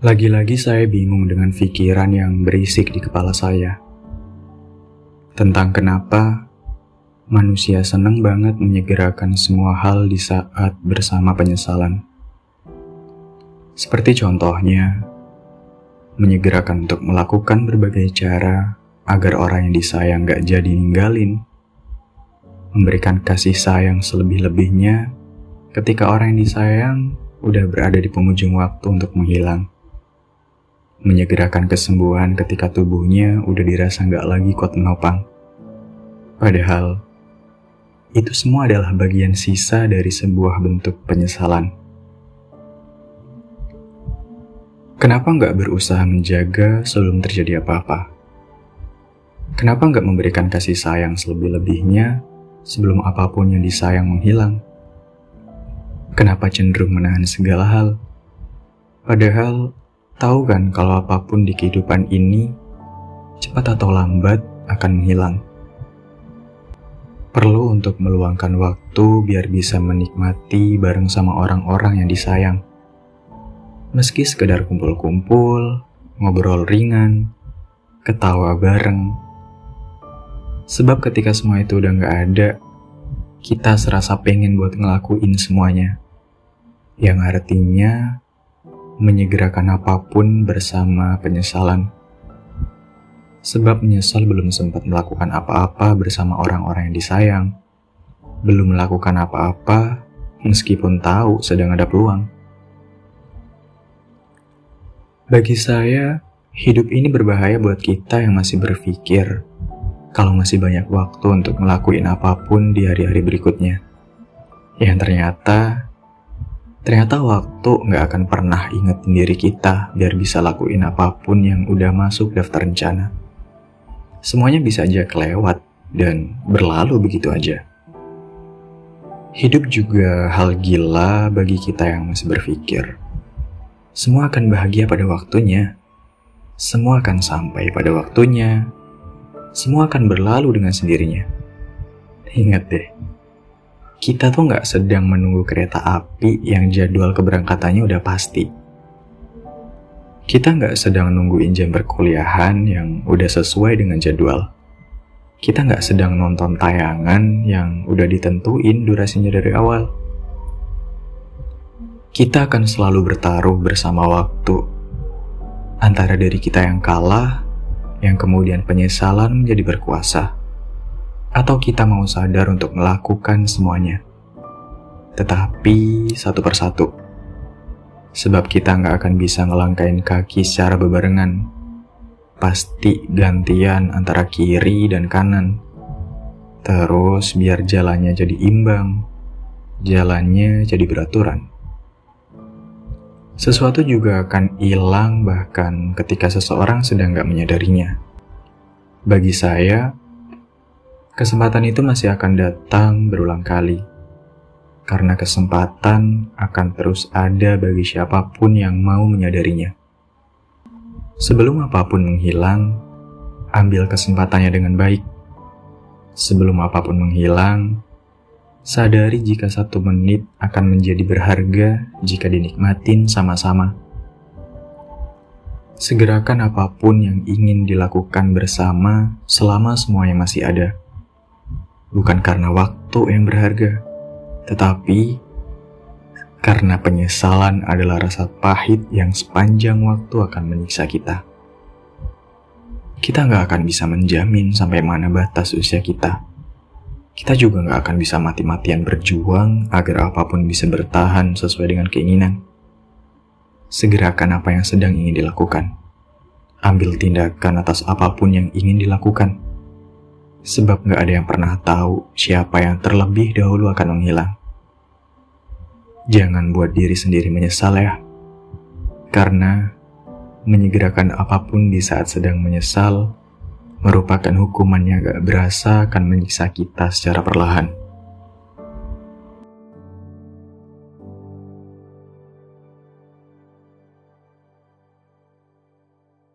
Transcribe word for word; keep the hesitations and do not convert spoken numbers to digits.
Lagi-lagi saya bingung dengan pikiran yang berisik di kepala saya. Tentang kenapa manusia senang banget menyegerakan semua hal di saat bersama penyesalan. Seperti contohnya, menyegerakan untuk melakukan berbagai cara agar orang yang disayang gak jadi ninggalin. Memberikan kasih sayang selebih-lebihnya ketika orang yang disayang udah berada di penghujung waktu untuk menghilang. Menyegerakan kesembuhan ketika tubuhnya udah dirasa gak lagi kuat menopang. Padahal, itu semua adalah bagian sisa dari sebuah bentuk penyesalan. Kenapa gak berusaha menjaga sebelum terjadi apa-apa? Kenapa gak memberikan kasih sayang selebih-lebihnya sebelum apapun yang disayang menghilang? Kenapa cenderung menahan segala hal? Padahal, tahu kan kalau apapun di kehidupan ini, cepat atau lambat akan menghilang. Perlu untuk meluangkan waktu biar bisa menikmati bareng sama orang-orang yang disayang. Meski sekedar kumpul-kumpul, ngobrol ringan, ketawa bareng. Sebab ketika semua itu udah gak ada, kita serasa pengen buat ngelakuin semuanya. Yang artinya, menyegerakan apapun bersama penyesalan. Sebab menyesal belum sempat melakukan apa-apa bersama orang-orang yang disayang. Belum melakukan apa-apa meskipun tahu sedang ada peluang. Bagi saya, hidup ini berbahaya buat kita yang masih berpikir kalau masih banyak waktu untuk ngelakuin apapun di hari-hari berikutnya. Yang ternyata Ternyata waktu gak akan pernah ingetin diri kita biar bisa lakuin apapun yang udah masuk daftar rencana. Semuanya bisa aja kelewat dan berlalu begitu aja. Hidup juga hal gila bagi kita yang masih berpikir. Semua akan bahagia pada waktunya. Semua akan sampai pada waktunya. Semua akan berlalu dengan sendirinya. Ingat deh. Kita tuh gak sedang menunggu kereta api yang jadwal keberangkatannya udah pasti. Kita gak sedang nungguin jam perkuliahan yang udah sesuai dengan jadwal. Kita gak sedang nonton tayangan yang udah ditentuin durasinya dari awal. Kita akan selalu bertaruh bersama waktu. Antara dari kita yang kalah, yang kemudian penyesalan menjadi berkuasa. Atau kita mau sadar untuk melakukan semuanya. Tetapi satu persatu. Sebab kita nggak akan bisa ngelangkain kaki secara bebarengan. Pasti gantian antara kiri dan kanan. Terus biar jalannya jadi imbang. Jalannya jadi beraturan. Sesuatu juga akan hilang bahkan ketika seseorang sedang nggak menyadarinya. Bagi saya, kesempatan itu masih akan datang berulang kali, karena kesempatan akan terus ada bagi siapapun yang mau menyadarinya. Sebelum apapun menghilang, ambil kesempatannya dengan baik. Sebelum apapun menghilang, sadari jika satu menit akan menjadi berharga jika dinikmatin sama-sama. Segerakan apapun yang ingin dilakukan bersama selama semuanya masih ada. Bukan karena waktu yang berharga, tetapi karena penyesalan adalah rasa pahit yang sepanjang waktu akan menyiksa kita. Kita gak akan bisa menjamin sampai mana batas usia kita. Kita juga gak akan bisa mati-matian berjuang agar apapun bisa bertahan sesuai dengan keinginan. Segerakan apa yang sedang ingin dilakukan. Ambil tindakan atas apapun yang ingin dilakukan. Sebab gak ada yang pernah tahu siapa yang terlebih dahulu akan menghilang. Jangan buat diri sendiri menyesal ya. Karena menyegerakan apapun di saat sedang menyesal merupakan hukuman yang gak berasa akan menyiksa kita secara perlahan.